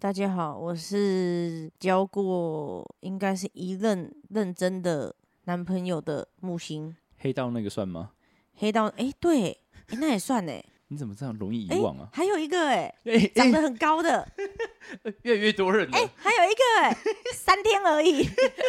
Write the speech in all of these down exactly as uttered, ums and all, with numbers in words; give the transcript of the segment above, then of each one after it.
大家好，我是交过应该是一任认真的男朋友的木星。 黑道那个算吗？ 黑道哎、欸，对，哎、欸，那也算哎。 你怎么这样容易遗忘啊？ 欸、还有一个哎、 欸欸， 长得很高的， 越来越多人了。哎、 欸，还有一个哎，三天而已。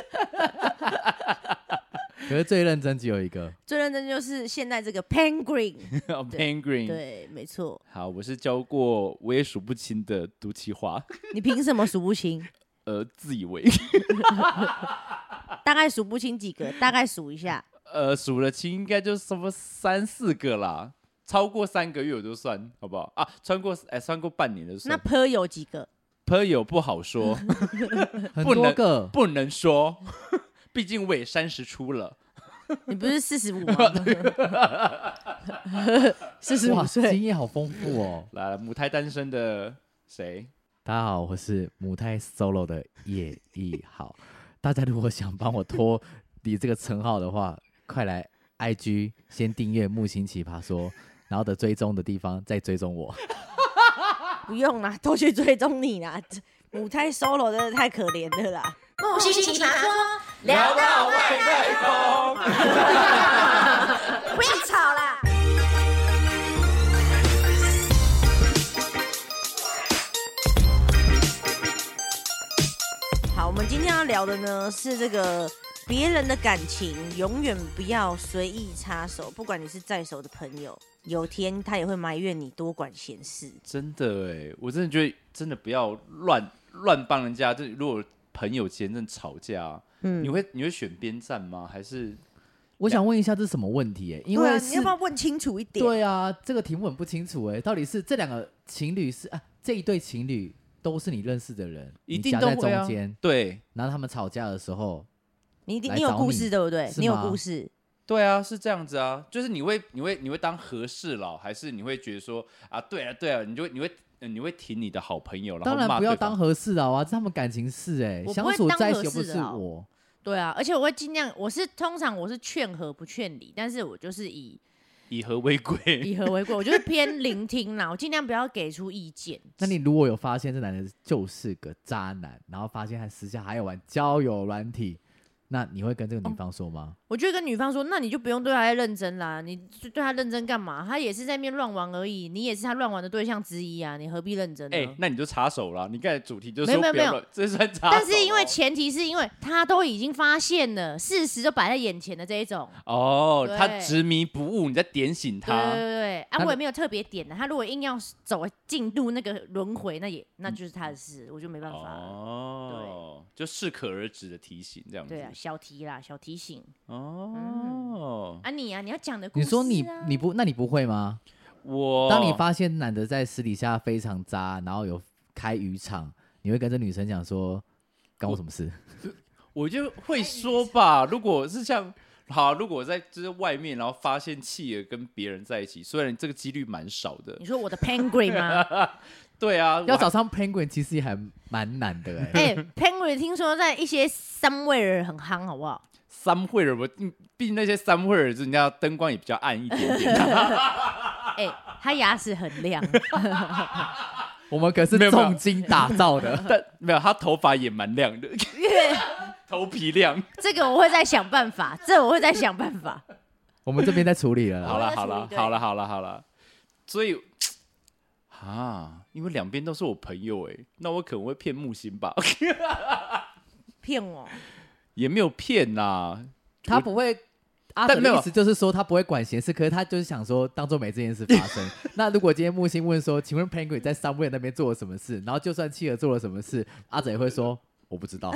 可是最认真只有一个， 最认真就是现在这个 Penguin 哦 Penguin 对，没错。 好，我是教过我也数不清的毒气花。 你凭什么数不清？ 呃，自以为。 大概数不清几个？大概数一下。 呃，数得清应该就什么三四个啦，超过三个月我就算，好不好啊？穿过哎，穿过半年就算。 那 per 有几个 ？per 有不好说， 很多个不能说，毕竟我也三十出了。 你不是四十五吗？四十五岁， 经验好丰富哦。 来，母胎单身的谁？ 大家好，我是母胎 solo 的叶一豪。大家如果想帮我脱离这个称号的话，快来 I G 先订阅木星奇葩说，然后的追踪的地方再追踪我。 不用啦，都去追踪你啦。母胎 solo 真的太可怜了啦。 木星奇葩说， 聊到外太空。 不要吵啦！ 好，我们今天要聊的呢是这个别人的感情，永远不要随意插手，不管你是在手的朋友，有天他也会埋怨你多管闲事。 真的哎，我真的觉得真的不要乱乱帮人家。就如果朋友前阵吵架，嗯，你会你会选边站吗？还是？ 我想问一下，这是什么问题？哎，因为、啊、 你要不要问清楚一点？ 对啊，这个题目很不清楚哎，到底是这两个情侣是啊，这一对情侣都是你认识的人， 一定都会、啊、 你夹在中间， 对， 然后他们吵架的时候， 你你有故事对不对？你有故事。 对啊，是这样子啊，就是你会你会你会当和事佬，还是你会觉得说啊，对啊对啊，你就你会你会挺你的好朋友，然后当然不要当和事佬啊，这是他们感情事哎，相处在一起又不是我。 对啊，而且我会尽量，我是通常我是劝和不劝离，但是我就是以以和为贵， 以和为贵，我就是偏聆听啦，我尽量不要给出意见。 那你如果有发现这男人就是个渣男，然后发现他私下还有玩交友软体，那你会跟这个女方说吗？ 哦、我就会跟女方说，那你就不用对他太认真啦，你对他认真干嘛？他也是在那边乱玩而已，你也是他乱玩的对象之一啊，你何必认真呢？ 哎、欸，那你就插手啦。你刚才主题就说没有没有， 这算插手。 但是因为前提是因为他都已经发现了，事实就摆在眼前的这一种。 哦，他执迷不悟，你在点醒他。 对对对，啊，我也没有特别点的。他如果硬要走进入那个轮回，那也那就是他的事，我就没办法了。 哦，对，就适可而止的提醒这样子。 对啊，小提啦，小提醒。 哦、 嗯，啊你啊，你要讲的故事、啊。 你说你你不那你不会吗？ 我当你发现男的在私底下非常渣，然后有开渔场，你会跟这女生讲说，干我什么事？ 我, 我就会说吧，如果是像好，如果我在就是外面，然后发现企鹅跟别人在一起，虽然这个几率蛮少的。 你说我的 penguin 吗？ 对啊， 要找上 penguin 其实也还蛮难的哎、 欸。哎、欸、，penguin 听说在一些 somewhere 很夯，好不好 ？somewhere 我毕竟那些 somewhere 人家灯光也比较暗一点点。 哎、欸，他牙齿很亮。 我们可是重金打造的， 但没有他头发也蛮亮的，头皮亮。 这个我会再想办法，这我会再想办法。 我们这边在处理了。 好了好了好了好了好了，所以啊，因为两边都是我朋友哎，那我可能会骗木星吧？ 骗我？ 也没有骗呐， 他不会。阿德的意思就是说他不会管闲事，可是他就是想说当做没这件事发生。那如果今天木星问说，请问 Penguin 在 Somewhere 那边做了什么事？然后就算企鹅做了什么事，阿哲也会说我不知道。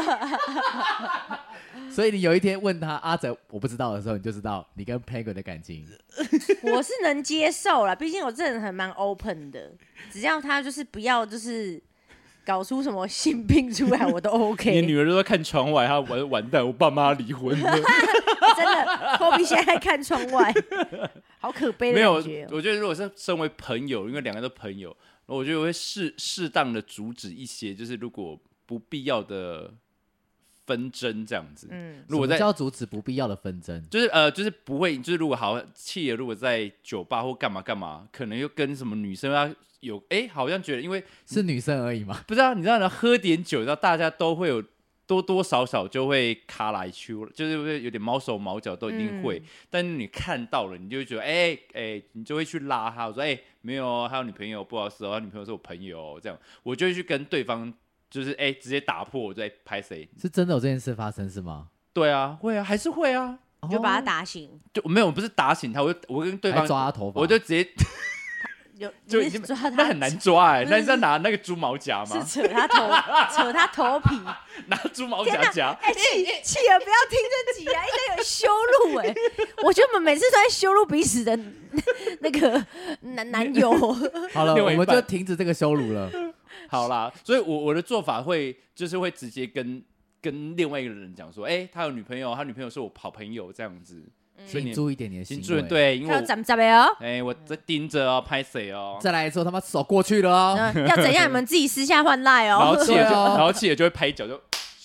所以你有一天问他阿哲我不知道的时候，你就知道你跟 Penguin 的感情。 我是能接受啦，毕竟我这人很蛮 open 的，只要他就是不要就是搞出什么性病出来，我都 OK。 你女儿都在看窗外，她完完蛋，我爸妈离婚了。 真的 ，Kobe 现在在看窗外，好可悲的感觉。 没有，我觉得如果是身为朋友，因为两个都朋友，我觉得我会适适当的阻止一些，就是如果不必要的纷争这样子。 嗯， 如果在什么叫阻止不必要的纷争？ 就是呃，就是不会，就是如果好企业如果在酒吧或干嘛干嘛，可能又跟什么女生要有，哎，好像觉得因为是女生而已嘛。 不知道、啊，你知道呢，喝点酒，你知道大家都会有多多少少就会卡来丘，就是会有点毛手毛脚，都一定会。嗯、但是你看到了，你就会觉得，哎哎，你就会去拉他，我说，哎，没有哦，他有女朋友，不好意思哦，他女朋友是我朋友、哦，这样，我就会去跟对方。就是哎、欸，直接打破，我在拍谁？ 是真的有这件事发生是吗？ 对啊，会啊，还是会啊， 你就把他打醒。 就没有，不是打醒他，我我跟对方抓他头发， 我就直接有就已经抓他， 那很难抓哎、欸，那是要拿那个猪毛夹吗？ 是扯他头，扯他头皮， 拿猪毛夹夹。 哎，企企鹅不要听这集啊，应该有羞辱哎、欸。我觉得我们每次都在羞辱彼此的那个男男友。 好了，我们就停止这个羞辱了。 好啦，所以我我的做法会就是会直接跟跟另外一个人讲说，哎、欸，他有女朋友，他女朋友是我好朋友这样子， 嗯、 所以你注意一点你的行为， 对，因为我怎么怎么哦， 哎、欸，我在盯着哦，拍谁哦， 再来一次，他妈手过去了哦， 嗯、要怎样你们自己私下换赖哦， 然后气了就，然后气了就会拍脚就，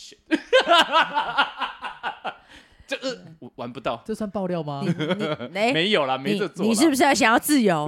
这呃我玩不到， 这算爆料吗？ 欸、 没有啦，没这做啦。 你是不是要想要自由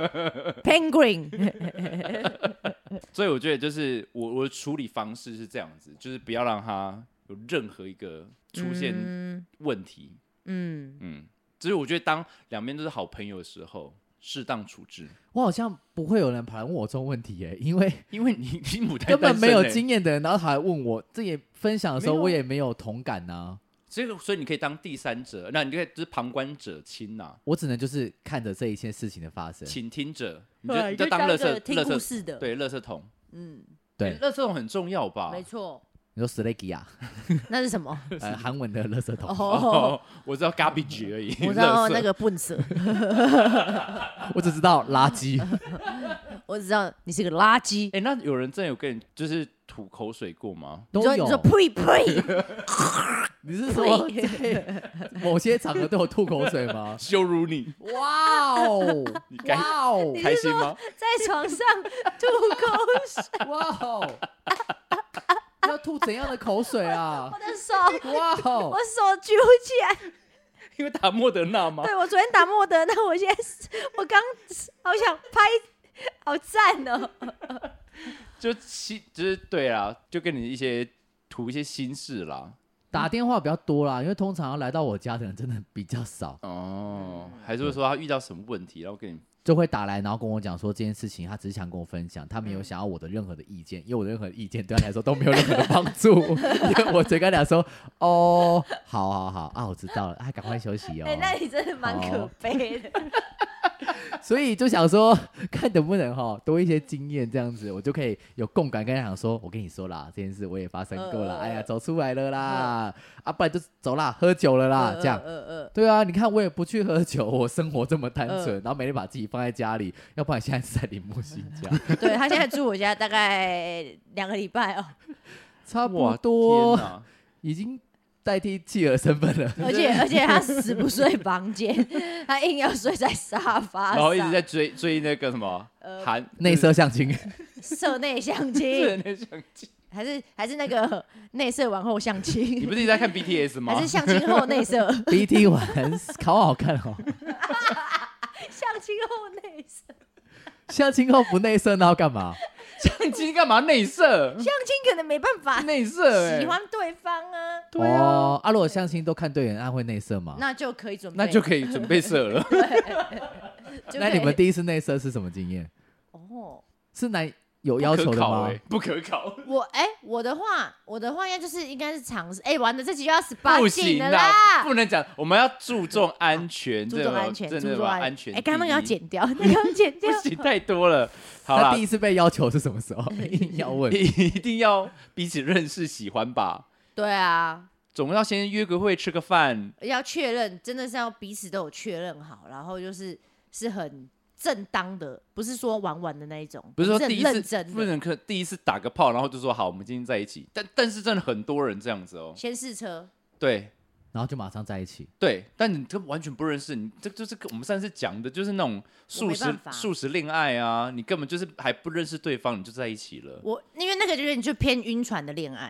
？Penguin 所以我觉得就是我我的处理方式是这样子，就是不要让他有任何一个出现问题。嗯嗯，只是我觉得当两边都是好朋友的时候，适当处置。 我好像不会有人跑来问我这种问题耶，因为因为你你母胎根本没有经验的人，然后他还问我，这也分享的时候我也没有同感呐、啊。 所以，所以你可以当第三者，那你就可以就是旁观者清呐、啊。 我只能就是看着这一切事情的发生， 倾听者，你就你就当垃圾听故事的， 对，垃圾桶， 嗯， 对， 垃圾桶很重要吧？ 没错。 你说 Slaggy 啊？ 那是什么？ 呃，韩文的垃圾桶。 哦，我知道 garbage 而已。 我知道那个笨蛇。 我只知道垃圾。 我只知道你是个垃圾。 哎、欸，那有人真的有跟你就是吐口水过吗？ 都有。 你说呸呸。 你是说某些场合都有吐口水吗？ 羞辱你！ 哇哦！哇哦！ 开心吗？ 在床上吐口水！ 哇哦！要吐怎样的口水啊？ 我的手！ 哇哦！ 我手举不起来。 因为打莫德纳吗？ 对，我昨天打莫德纳，我现在我刚好想拍，好赞哦！ 就就是对啦，就跟你一些吐一些心事啦。 打电话比较多啦，因为通常要来到我家的人真的比较少。 哦，还是会说他遇到什么问题，然后跟你就会打来，然后跟我讲说这件事情，他只是想跟我分享，他没有想要我的任何的意见，因为我的任何的意见对他来说都没有任何的帮助。因为我只跟他讲说，哦，好好好啊，我知道了，啊，赶快休息哦。 哎、欸，那你真的蛮可悲的。 所以就想说，看能不能哈多一些经验，这样子我就可以有共感，跟他讲说，我跟你说啦，这件事我也发生过了，呃、哎呀，走出来了啦，呃、啊，不然就走啦，喝酒了啦，呃、这样，呃呃，对啊，你看我也不去喝酒，我生活这么单纯，呃、然后每天把自己放在家里，要不然现在是在林木星家， 对他现在住我家大概两个礼拜哦， 差不多，已经。代替企鹅身份了， 而且而且他死不睡房间，他硬要睡在沙发上， 然后一直在追追那个什么韩内射相亲， 社内相亲， 社内相亲， 还是还是那个内射完后相亲？ 你不是一直在看 B T S 吗？ 还是相亲后内射 ？B T 完好好看哦， 相亲后内射， 相亲后不内射那要干嘛？ 相亲干嘛内射？ 相亲可能没办法内射、欸， 喜欢对方啊。 对啊，哦、啊，如果相亲都看对眼，那会内射吗？ 那就可以准备， 那就可以准备射了。 那你们第一次内射是什么经验？ 哦， 是男有要求的吗？ 不可考。 我哎、欸，我的话，我的话应该就是应该是尝试。哎、欸，完了，这集就要十八禁了啦，不能讲。我们要注重安全， 注重安全，注重安全。 哎、欸，刚刚要剪掉，那个要剪掉， 不行，太多了。好啦， 他第一次被要求是什么时候？一定要问， 一定要彼此认识、喜欢吧？ 对啊， 总要先约个会、吃个饭， 要确认，真的是要彼此都有确认好，然后就是是很正当的，不是说玩玩的那一种， 不是说第一次不能可第一次打个炮，然后就说好，我们今天在一起。但但是真的很多人这样子哦， 先试车， 对。 然后就马上在一起， 对，但你这完全不认识，你这就是我们上次讲的，就是那种素食素食恋爱啊，你根本就是还不认识对方，你就在一起了。 我因为那个就是你就偏晕船的恋爱，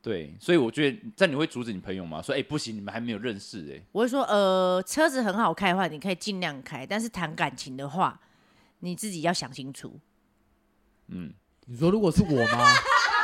对，所以我觉得这样你会阻止你朋友吗？说哎、欸、不行，你们还没有认识哎、欸。 我会说，呃，车子很好开的话，你可以尽量开，但是谈感情的话，你自己要想清楚。 嗯， 你说如果是我吗？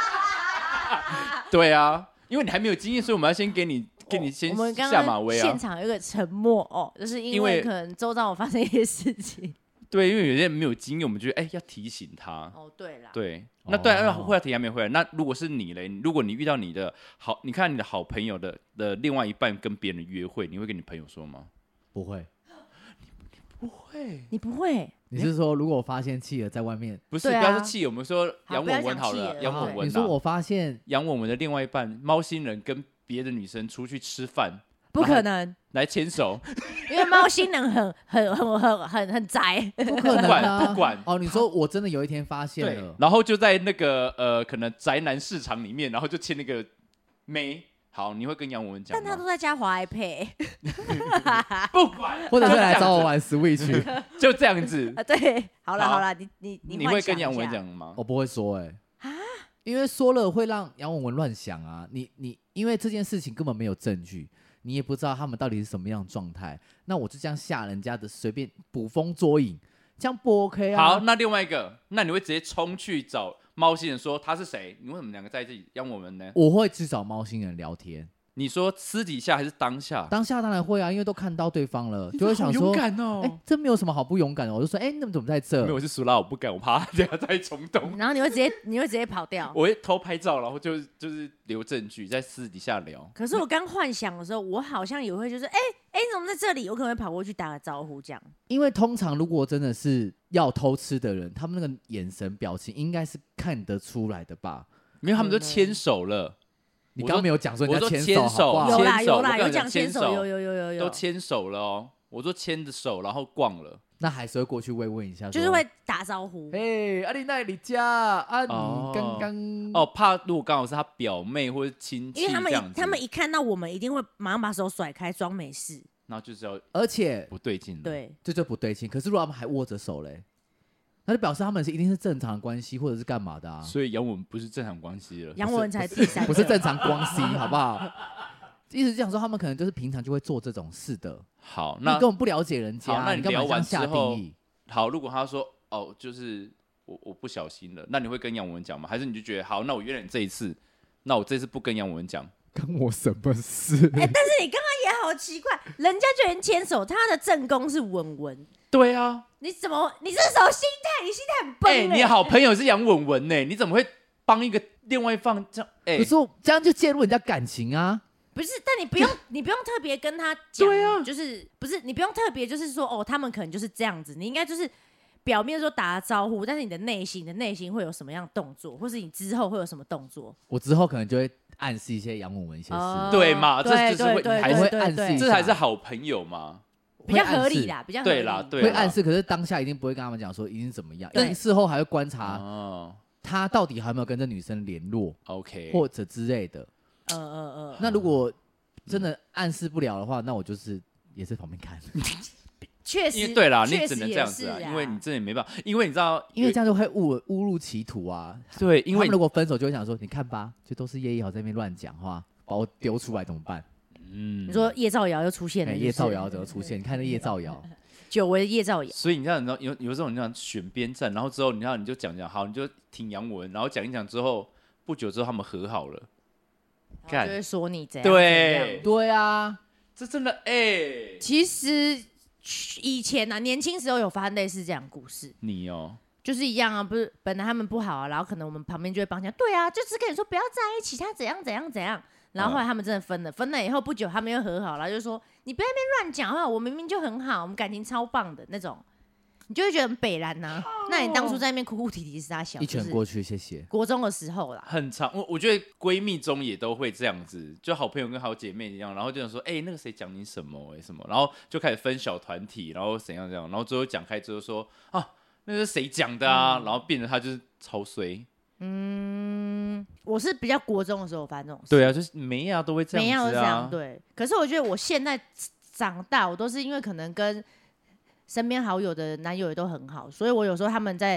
对啊，因为你还没有经验，所以我们要先给你给你先我们刚下马威啊。 现场有一个沉默哦，就是因为可能周遭有发生一些事情。 对，因为有些人没有经验，我们觉得哎、欸、要提醒他。 哦，对啦， 对，那对啊， 哦会要提还没回来。那如果是你嘞，如果你遇到你的好，你看你的好朋友的的另外一半跟别人约会，你会跟你朋友说吗？ 不会。 不会， 你不会？ 你是说如果我发现企鹅在外面？ 不是， 对啊不要说气，我们说杨不要文文好了， 讲企鹅对杨文文、啊。 你说我发现杨文文的另外一半猫星人跟别的女生出去吃饭， 不可能， 来牵手， 因为猫星人很很很很很很宅。 不可能不管啊！ 不管哦，你说我真的有一天发现对了，， 然后就在那个呃可能宅男市场里面，然后就牵那个妹。好，你会跟杨文文讲吗？ 但他都在家滑 iPad 不管， 或者是来找我玩 Switch， 就这样子。 啊。对，好了好好了，你你你会跟杨文文讲吗？ 我不会说哎、欸，因为说了会让杨文文乱想啊。你你因为这件事情根本没有证据，你也不知道他们到底是什么样的状态，那我就这样吓人家的，随便捕风捉影，这样不 OK 啊？ 好，那另外一个，那你会直接冲去找猫星人说他是谁？你为什么两个在这里杨文文呢？ 我会去找猫星人聊天。 你说私底下还是当下？ 当下当然会啊，因为都看到对方了， 你就会想说， 好勇敢哦。 哎、这没有什么好不勇敢的。我就说，哎、你怎么在这？ 没有，我是苏拉，我不敢，我怕等下再冲动。 然后你会直接你会直接跑掉。 我会偷拍照，然后就就是留证据，在私底下聊。 可是我刚幻想的时候，我好像也会就是，哎、哎、你怎么在这里？我可能会跑过去打个招呼这样。 因为通常如果真的是要偷吃的人，他们那个眼神表情应该是看得出来的吧？ 因为他们都牵手了。 你刚刚没有讲说人我说家牵牵手好不好？ 有啦牵手有啦，有我跟你讲讲牵手， 牵手有有有有有， 都牵手了哦。我说牵着手，然后逛了。 那还是会过去慰问一下， 就是会打招呼。 哎，阿丽奈你家啊， 哦你刚刚哦，怕如果刚好是他表妹或者亲戚因为他们这样子， 一他们一看到我们，一定会马上把手甩开，装没事。 然后就是要而且不对劲了。 对， 这就不对劲。可是如果他们还握着手嘞，那就表示他们是一定是正常的关系，或者是干嘛的啊？ 所以杨文不是正常关系了。 杨文才第三个， 不是正常关系，好不好？意思是讲说，他们可能就是平常就会做这种事的， 好，那你根本不了解人家， 好那你你干嘛聊完这样下之后定义？ 好，如果他说哦，就是我我不小心了，那你会跟杨文讲吗？还是你就觉得好，那我约了你这一次，那我这次不跟杨文讲？ 跟我什么事？ 哎、但是你刚刚也好奇怪，人家就连牵手，他的正宫是文文， 对啊， 你怎么你这什么心态？你心态很崩哎、 哎、 你好朋友是杨文文呢，你怎么会帮一个另外一方这样？哎、 可是我这样就介入人家感情啊！ 不是，但你不用你不用特别跟他讲， 对啊就是不是你不用特别就是说哦，他们可能就是这样子，你应该就是表面说打个招呼，但是你的内心你的内心会有什么样的动作，或是你之后会有什么动作？ 我之后可能就会暗示一些杨文文一些事， 哦对嘛这对就是会对对还是会对对对暗示一下这才是好朋友嘛。 比较合理啦，比较合理对啦对啦会暗示，可是当下一定不会跟他们讲说一定怎么样， 对因为事后还会观察哦他到底还有没有跟这女生联络 ，OK， 或者之类的。 呃呃呃， 那如果真的暗示不了的话，那我就是也是旁边看， 确实因为对啦，你确实只能这样子啊， 也是因为你真的也没办法，因为你知道， 因为这样就会误误入歧途啊。 对，因为他们如果分手就会想说，你看吧，就都是叶一豪在那边乱讲话，把我丢出来怎么办？ 嗯你说叶兆瑶又出现了哎， 是不是叶兆瑶怎么出现？你看那叶兆瑶， 久违的叶兆瑶， 所以你知道，你知道有有这种你想选边站，然后之后你知道你就讲讲好，你就挺杨文，然后讲一讲之后，不久之后他们和好了，干就会说你怎样对怎样对啊， 这真的哎、 其实以前啊，年轻时候有发生类似这样的故事， 你哦， 就是一样啊，不是本来他们不好啊，然后可能我们旁边就会帮腔，对啊，就是跟你说不要在一起，他怎样怎样怎样，然后后来他们真的分了，分了以后不久他们又和好了，就说你不要在那边乱讲话，我明明就很好，我们感情超棒的那种，你就会觉得很北蓝呐、那你当初在那边哭哭啼啼是他小，就是一拳过去，谢谢。 国中的时候啦， 很长，我我觉得闺蜜中也都会这样子，就好朋友跟好姐妹一样，然后就想说，哎、那个谁讲你什么哎、什么，然后就开始分小团体，然后怎样怎样，然后最后讲开之后说啊，那是谁讲的啊， 嗯然后变得他就是超衰， 嗯，我是比较国中的时候发生这种事， 对啊，就是梅亚都会这每样样子啊都这样，，对。可是我觉得我现在长大，我都是因为可能跟身边好友的男友也都很好，所以我有时候他们在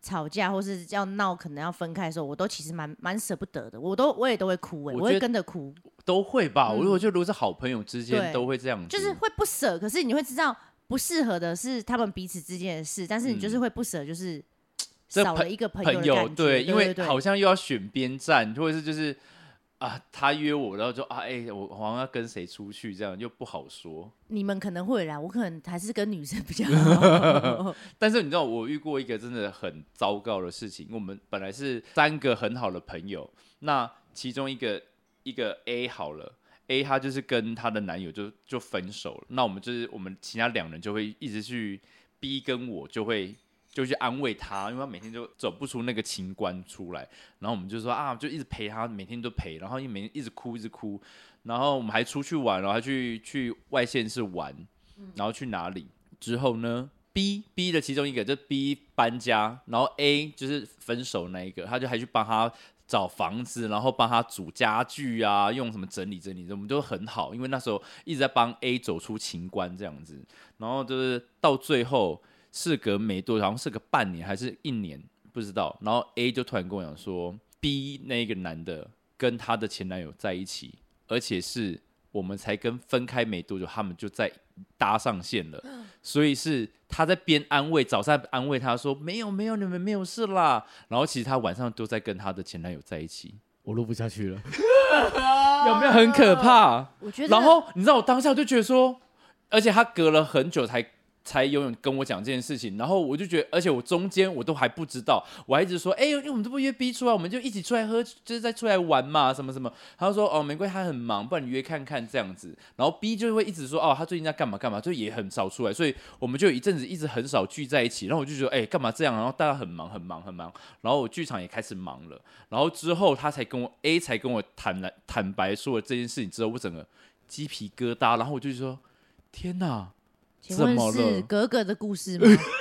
吵架或是要闹，可能要分开的时候，我都其实蛮蛮舍不得的，我都我也都会哭哎、欸，我会跟着哭， 都会吧。 嗯、 我觉得如果是好朋友之间都会这样子， 就是会不舍，可是你会知道不适合的是他们彼此之间的事，但是你就是会不舍，就是少了一个朋友的感觉， 对，因为对对对好像又要选边站，或者是就是。啊，他约我，然后就啊，哎、欸，我好像要跟谁出去，这样又不好说。 你们可能会啦，我可能还是跟女生比较好。 但是你知道，我遇过一个真的很糟糕的事情。我们本来是三个很好的朋友，那其中一个一个 A 好了 ，A 她就是跟她的男友就就分手了。那我们就是我们其他两人就会一直去 B 跟我就会。就去安慰他，因为他每天就走不出那个情关出来，然后我们就说啊，就一直陪他，每天都陪，然后每天一直哭一直哭，然后我们还出去玩，然后还去去外县市玩，然后去哪里之后呢 ？B B 的其中一个就是 B 搬家，然后 A 就是分手那一个，他就还去帮他找房子，然后帮他煮家具啊，用什么整理整理，我们都很好，因为那时候一直在帮 A 走出情关这样子，然后就是到最后。事隔没多久，好像是个半年还是一年，不知道。然后 A 就突然跟我讲说 ，B 那个男的跟他的前男友在一起，而且是我们才跟分开没多久，他们就在搭上线了。所以是他在边安慰，早上安慰他说没有没有，你们没有事啦。然后其实他晚上都在跟他的前男友在一起。 我录不下去了， 有没有很可怕？ 我觉得。 然后你知道我当下就觉得说，而且他隔了很久才。才永远跟我讲这件事情，然后我就觉得，而且我中间我都还不知道，我还一直说，哎、欸，因为我们都不约 B 出来，我们就一起出来喝，就是再出来玩嘛，什么什么。他就说，哦，没关系，他很忙，不然你约看看这样子。然后 B 就会一直说，哦，他最近在干嘛干嘛，就也很少出来，所以我们就有一阵子一直很少聚在一起。然后我就觉得，哎、欸，干嘛这样？然后大家很忙很忙很忙，然后我剧场也开始忙了。然后之后他才跟我 A 才跟我坦坦白说了这件事情之后，我整个鸡皮疙瘩，然后我就说，天哪！ 请问是格格的故事吗？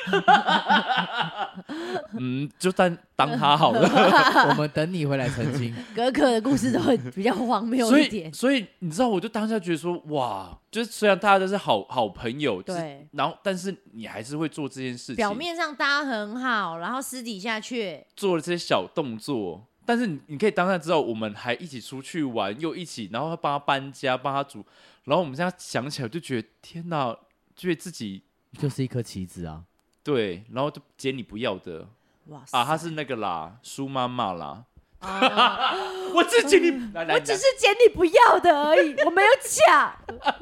嗯，就当当他好了。 我们等你回来澄清。 格格的故事都会比较荒谬一点， 所以，所以你知道，我就当下觉得说，哇，就是虽然大家都是好好朋友，对，然后但是你还是会做这件事情。 表面上大家很好，然后私底下却做了这些小动作。但是你你可以当下知道，我们还一起出去玩，又一起，然后帮他搬家，帮他煮。然后我们现在想起来，就觉得天哪！觉得自己就是一颗棋子啊， 对，然后就接你不要的，哇啊，他是那个啦，苏妈妈啦，啊、我只接你， 嗯、我只是接你不要的而已，我没有抢，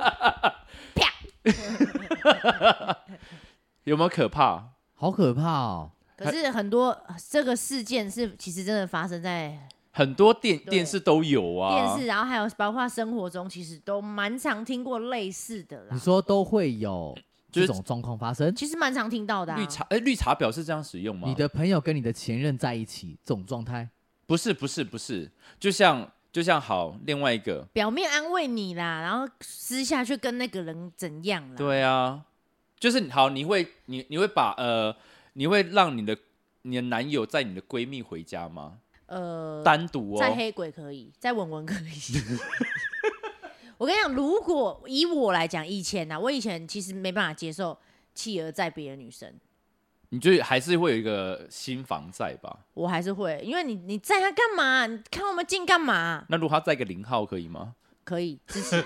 啪，有没有可怕？ 好可怕哦！ 可是很多这个事件是其实真的发生在。 很多电电视都有啊， 电视，然后还有包括生活中，其实都蛮常听过类似的啦。 你说都会有这种状况发生， 其实蛮常听到的、啊。 绿茶，哎、欸，绿茶婊是这样使用吗？ 你的朋友跟你的前任在一起，这种状态？ 不是，不是，不是，就像就像好，另外一个表面安慰你啦，然后私下去跟那个人怎样啦？ 对啊，就是好，你会你你会把呃，你会让你的你的男友载你的闺蜜回家吗？ 呃， 单独哦， 在黑鬼可以，在文文可以。我跟你讲，如果以我来讲，以前啊，我以前其实没办法接受企鹅载别的女生， 你就还是会有一个心防在吧？ 我还是会，因为你你载他干嘛？你看我们近干嘛？ 那如果他载个零号可以吗？ 可以支持。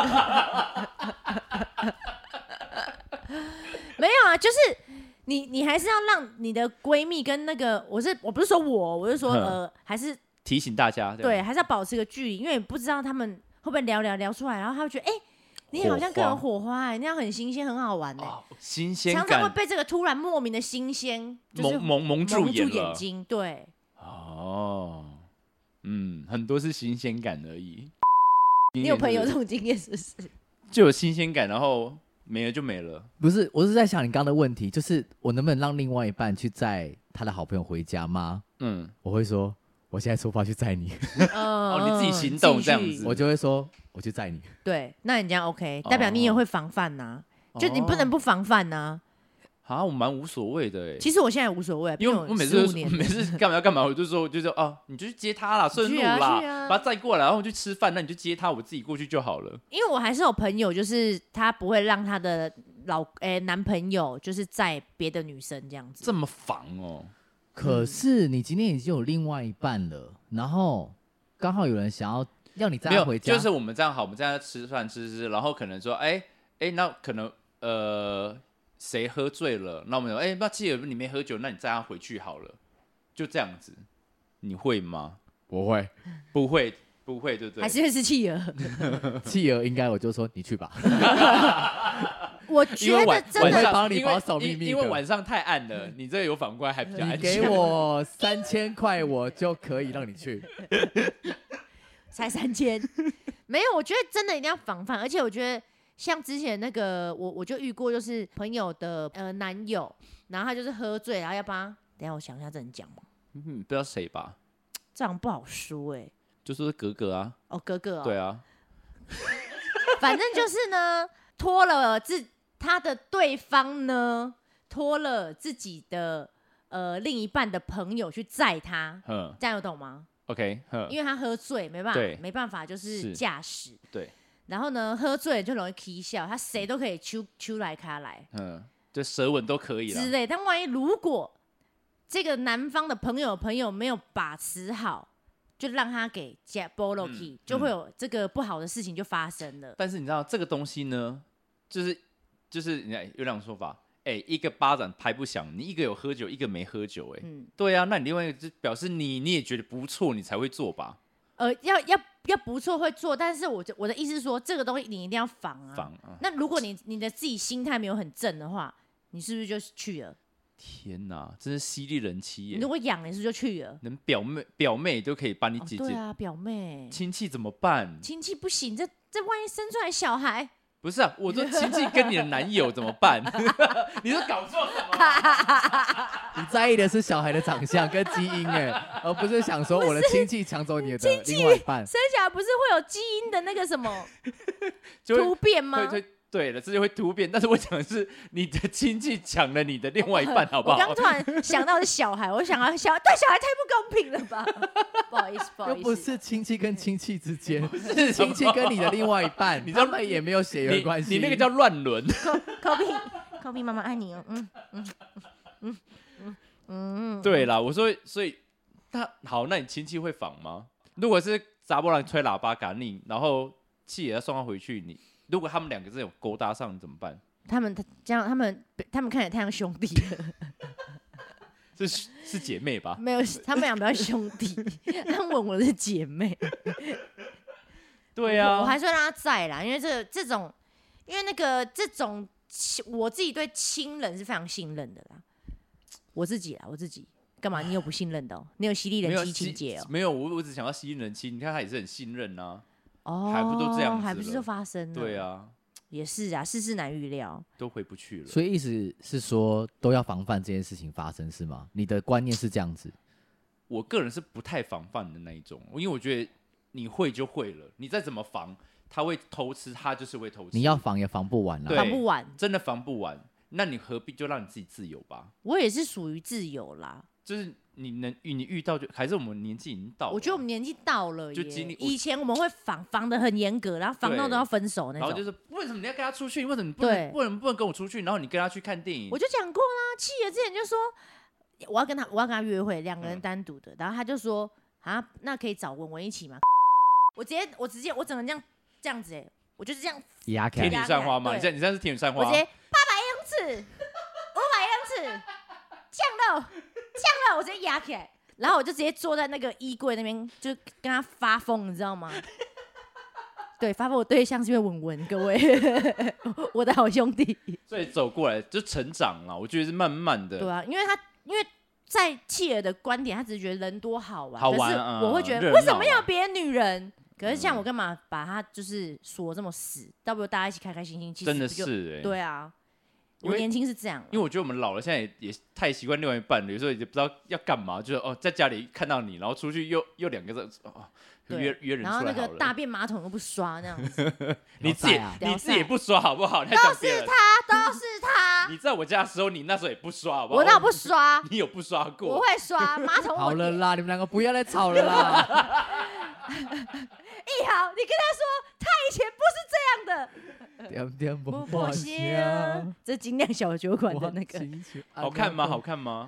没有啊，就是。你你还是要让你的闺蜜跟那个，我是我不是说我，我是说呃，还是提醒大家， 对，还是要保持个距离，因为不知道他们会不会聊聊聊出来，然后他会觉得，哎、欸，你好像更有火花、欸，那样很新鲜，很好玩呢、欸哦， 新鲜感， 常常会被这个突然莫名的新鲜蒙蒙蒙住眼了， 眼睛，对， 哦，嗯，很多是新鲜感而已。 你有朋友这种经验是不是？ 就有新鲜感，然后。没了就没了， 不是，我是在想你刚刚的问题，就是我能不能让另外一半去载他的好朋友回家吗？嗯，我会说我现在出发去载你， 哦，你自己行动这样子， 我就会说我去载你。 对，那你这样 OK， 代表你也会防范呐、啊哦，就你不能不防范呐、啊。 啊，我蛮无所谓的哎。 其实我现在无所谓， 因为我每次每次干嘛要干嘛，我就说就说啊，你就去接他啦，顺路啦，啊、把他载过来，然后我去吃饭，那你就接他，我自己过去就好了。 因为我还是有朋友，就是他不会让他的老诶、欸、男朋友就是载别的女生这样子。 这么防哦？ 可是你今天已经有另外一半了，然后刚好有人想要要你载没有， 他回家， 就是我们这样好，我们这样吃饭吃吃，然后可能说，哎、哎、那可能呃谁喝醉了，那我们说，哎、那记得你没喝酒，那你载他回去好了，就这样子，你会吗？ 不会， 不会，不会，对不对？ 还是会是企鹅？ 企鹅应该我就说你去吧， 我因为晚觉得真的我会晚上因为帮你保守秘密的因为晚上太暗了，你这个有反观还比较安全。 你给我三千块，我就可以让你去。 才三千，没有，我觉得真的一定要防范，而且我觉得像之前那个我我就遇过，就是朋友的呃男友，然后他就是喝醉，然后要帮他，等一下我想一下这能讲吗？ 嗯，不知道谁吧， 这样不好说哎、欸， 就说是格格啊， 哦哥哥哦， 对啊， 反正就是呢，拖了自他的对方呢，拖了自己的呃另一半的朋友去载他， 嗯这样有懂吗？ ，OK，嗯， 因为他喝醉，没办对法，没办法，就是是驾驶。 对， 然后呢，喝醉了就容易起笑，他谁都可以出出来卡来嗯，就舌吻都可以了之。类。但万一如果这个男方的朋友的朋友没有把持好，就让他给加波洛 key，就会有这个不好的事情就发生了。 但是你知道这个东西呢，就是就是你看有两种说法，哎、一个巴掌拍不响，你一个有喝酒，一个没喝酒、哎、 嗯， 对啊，那你另外一个就表示你你也觉得不错，你才会做吧？ 呃，要要要不错会做，但是我我的意思是说，这个东西你一定要防啊。 防啊！ 那如果你你的自己心态没有很正的话，你是不是就去了？ 天哪，真是犀利人妻耶你！如果痒，你是不是就去了？ 连表妹表妹都可以帮你哦姐姐， 对啊，表妹， 亲戚怎么办？ 亲戚不行，这这万一生出来小孩， 不是啊，我说亲戚跟你的男友怎么办？你说搞错什么？ 你在意的是小孩的长相跟基因哎，而不是想说我的亲戚抢走你的另外一半。 生下来不是会有基因的那个什么就会突变吗？ 会会对了，这就会突变。但是我讲的是你的亲戚抢了你的另外一半，好不好？ 我刚突然想到是小孩，我想到小对小孩太不公平了吧？不好意思，不好又不意思， 是亲戚跟亲戚之间， 是是亲戚跟你的另外一半， 你知道他们也没有血缘关系。 你你那个叫乱伦。 抠鼻抠鼻，妈妈爱你哦，嗯嗯嗯嗯嗯， 对啦，我说，所以那好，那你亲戚会仿吗？如果是查波兰吹喇叭赶你，然后气也要送他回去，你如果他们两个真的有勾搭上，你怎么办？ 他们这样，他们他们看起来太像兄弟了， 是是姐妹吧？ 没有，他们俩不要兄弟，他们吻我的是姐妹。 对啊， 我我还是会让他在啦，因为这个这种，因为那个这种，我自己对亲人是非常信任的啦。我自己啦，我自己干嘛？你有不信任的、哦？你有犀利人妻情节哦？ 没有，我我只想要吸引人妻，你看他也是很信任啊。 哦， 还不都这样子了还不是就发生了？ 对，啊， 也是啊，世事难预料。 都回不去了。 所以意思是说都要防范这件事情发生是吗？你的观念是这样子？ 我个人是不太防范的那一种，因为我觉得你会就会了，你再怎么防，他会偷吃，他就是会偷吃。 你要防也防不完啦。 对防不完， 真的防不完，那你何必就让你自己自由吧？ 我也是属于自由啦。 就是你能你遇到就还是我们年纪已经到了， 我觉得我们年纪到了耶， 就经历我以前我们会防防的很严格，然后防到对都要分手那种。 然后就是为什么你要跟他出去？为什么你不对能不能不能跟我出去？然后你跟他去看电影我，就讲过啦，企鹅之前就说我要跟他我要跟他约会，两个人嗯单独的，然后他就说啊，那可以找文文一起吗？我直接我直接我整个这样这样子哎、我就是这样， 压起来， 铁女散花吗？ 对你现在你现在是铁女散花我直，接八百英尺，五百英尺，降肉降肉，我直接压起来，然后我就直接坐在那个衣柜那边，就跟他发疯，你知道吗？对，发疯我对象是因为文文，各位，我的好兄弟。 所以走过来就成长了。我觉得是慢慢的， 对啊，因为他因为在企鹅的观点，他只是觉得人多好玩， 好玩可是嗯我会觉热闹得为什么要啊别的女人？可是像我干嘛把他就是锁这么死？倒不如大家一起开开心心。其实真的不就是哎、 对啊， 因为我年轻是这样啦， 因为我觉得我们老了，现在也也太习惯另外一半了，有时候也不知道要干嘛，就是哦，在家里看到你，然后出去又又两个人哦， 对约约人然后那出来好了。 个大便马桶又不刷那样子， 你自己啊， 你自己也不刷好不好？都都是他，都是他， 你在我家的时候，你那时候也不刷好不好？ 我哪有不刷？ 你有不刷过？ 我会刷马桶。 好了啦，你们两个不要再吵了啦。 一豪，你跟他说，他以前不是这样的。 点点不不破香香， 这精酿小酒馆的那个， 好看吗？好看吗？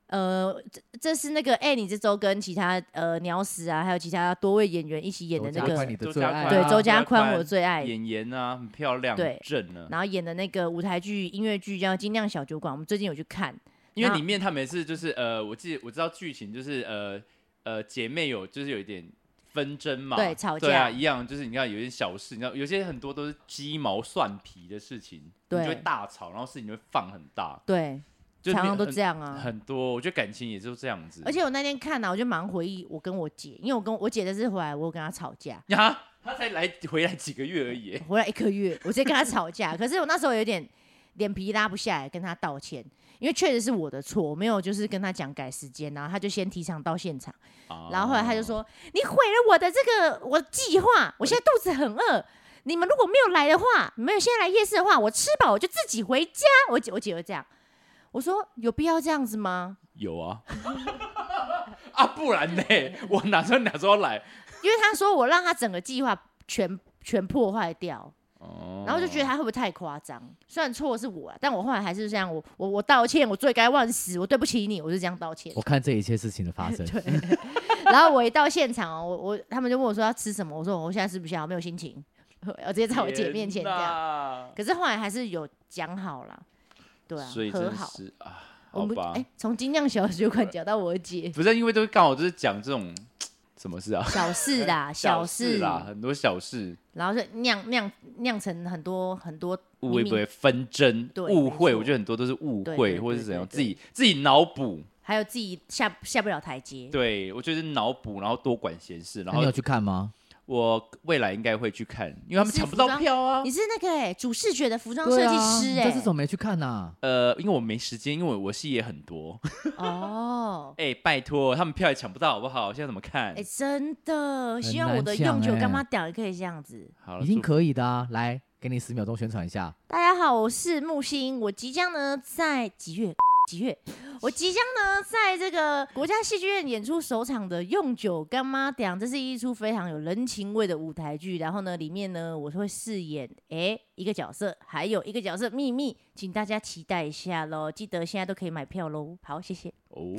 呃，这这是那个哎、欸，你这周跟其他呃鸟屎啊，还有其他多位演员一起演的那个， 周家宽你的最爱啊对，周家宽宽我最爱， 演员啊，很漂亮， 对很正啊。 然后演的那个舞台剧、音乐剧叫《精酿小酒馆》，我们最近有去看，然后因为里面他们是就是呃，我记得我知道剧情就是呃呃姐妹有就是有一点纷争嘛， 对吵架对啊，一样就是你看有些小事，你知道有些很多都是鸡毛蒜皮的事情，你对就会大吵，然后事情就会放很大， 对， 就常常都很这样啊。 很多，我觉得感情也就这样子。 而且我那天看呢、啊，我就蛮回忆我跟我姐，因为我跟我姐这次回来，我有跟她吵架， 呀，他才来回来几个月而已， 回来一个月，我直接跟她吵架。可是我那时候有点脸皮拉不下来，跟她道歉，因为确实是我的错，我没有就是跟她讲改时间，然后她就先提场到现场， 啊然后后来她就说：“你毁了我的这个我的计划，我现在肚子很饿。”你们如果没有来的话，没有现在来夜市的话，我吃饱我就自己回家。我姐我姐会这样，我说有必要这样子吗？ 有啊，啊不然呢？我哪时候哪时候来？ 因为她说我让她整个计划全全破坏掉。 哦然后就觉得他会不会太夸张？虽然错的是我、啊，但我后来还是这样，我我我道歉，我罪该万死，我对不起你，我就这样道歉。 我看这一切事情的发生， 对，然后我一到现场哦，我我他们就问我说要吃什么，我说我现在吃不下，我没有心情，我直接在我姐面前这样。 样可是后来还是有讲好啦，对啊， 所以真的和好。 是啊， 我们好吧哎，从精酿小酒馆讲到我姐， 不是因为都刚好就是讲这种什么事啊， 小事啦，小事啦，很多小事， 然后就酿酿酿成很多很多明明误会不会纷争、 对误会？ 没错我觉得很多都是误对对会， 对或者是怎样， 对对自己自己脑补。 还有自己下下不了台阶。 对，我觉得是脑补，然后多管闲事。然后那你有去看吗？ 我未来应该会去看，因为他们你是抢不到服装票啊你。是那个哎、主视觉的服装设计对啊， 师哎、 你这次怎么没去看呐？ 呃，因为我没时间，因为我我戏也很多。 哦， 哎、拜托，他们票也抢不到，好不好？现在怎么看？ 哎、真的，希望我的难抢欸用酒干妈屌也可以这样子。 好了， 一定祝可以的啊！来，给你十秒钟宣传一下。 大家好，我是木星，我即将呢在几月？几月？我即将呢在这个国家戏剧院演出首场的《用酒干妈屌》，这是一出非常有人情味的舞台剧。然后呢，里面呢我会饰演哎一个角色，还有一个角色秘密，请大家期待一下喽。记得现在都可以买票喽。好，谢谢。 哦，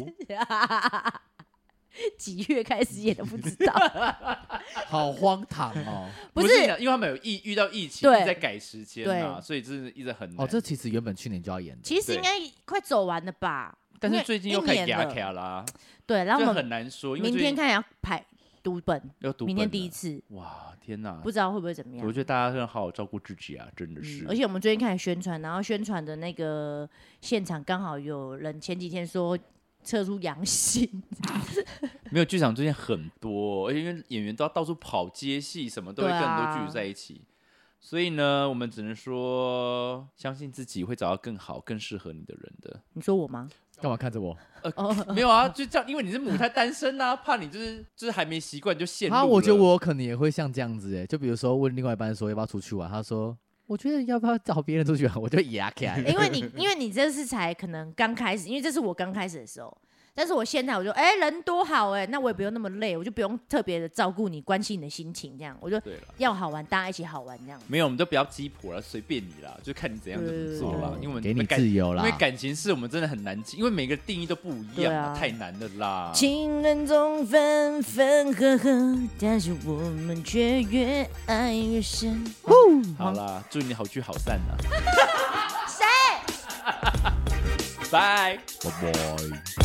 几月开始演都不知道， 好荒唐哦！ 不是因为他们有疫遇到疫情， 对一直在改时间啊， 对所以真的一直很难。 哦，这其实原本去年就要演的。 其实应该快走完了吧？ 但因为是最近又开始卡一年了卡啦， 对，然后这我们很难说，因为明最近天看要排读本， 要读明天本了第一次， 哇，天哪！ 不知道会不会怎么样我。觉得大家要好好照顾自己啊，真的是。 嗯而且我们最近开始宣传，然后宣传的那个现场刚好有人前几天说测出阳性， 没有剧场最近很多，而且因为演员都要到处跑接戏，什么都会对啊跟很多剧组在一起。所以呢，我们只能说，相信自己会找到更好、更适合你的人的。 你说我吗？ 干嘛看着我？ 哦， 没有啊，就这样，因为你是母胎单身啊，怕你就是就是还没习惯就陷入了。 啊，我觉得我可能也会像这样子哎，就比如说问另外一半说要不要出去玩，他说我觉得要不要找别人出去玩，我就压起来。 因为你因为你这次才可能刚开始，因为这是我刚开始的时候。但是我现在我就哎、人多好哎、那我也不用那么累，我就不用特别的照顾你、关心你的心情，这样我就对了， 要好玩，大家一起好玩这样。 没有，我们都不要鸡婆了，随便你啦，就看你怎样怎么做啦。 对因为我们给你感自由啦因为感情事我们真的很难记，因为每个定义都不一样、 对啊太难了啦。 情人总分分合合，但是我们却越爱越深。 好啦，祝你好聚好散呐、 谁？ 拜。 拜拜。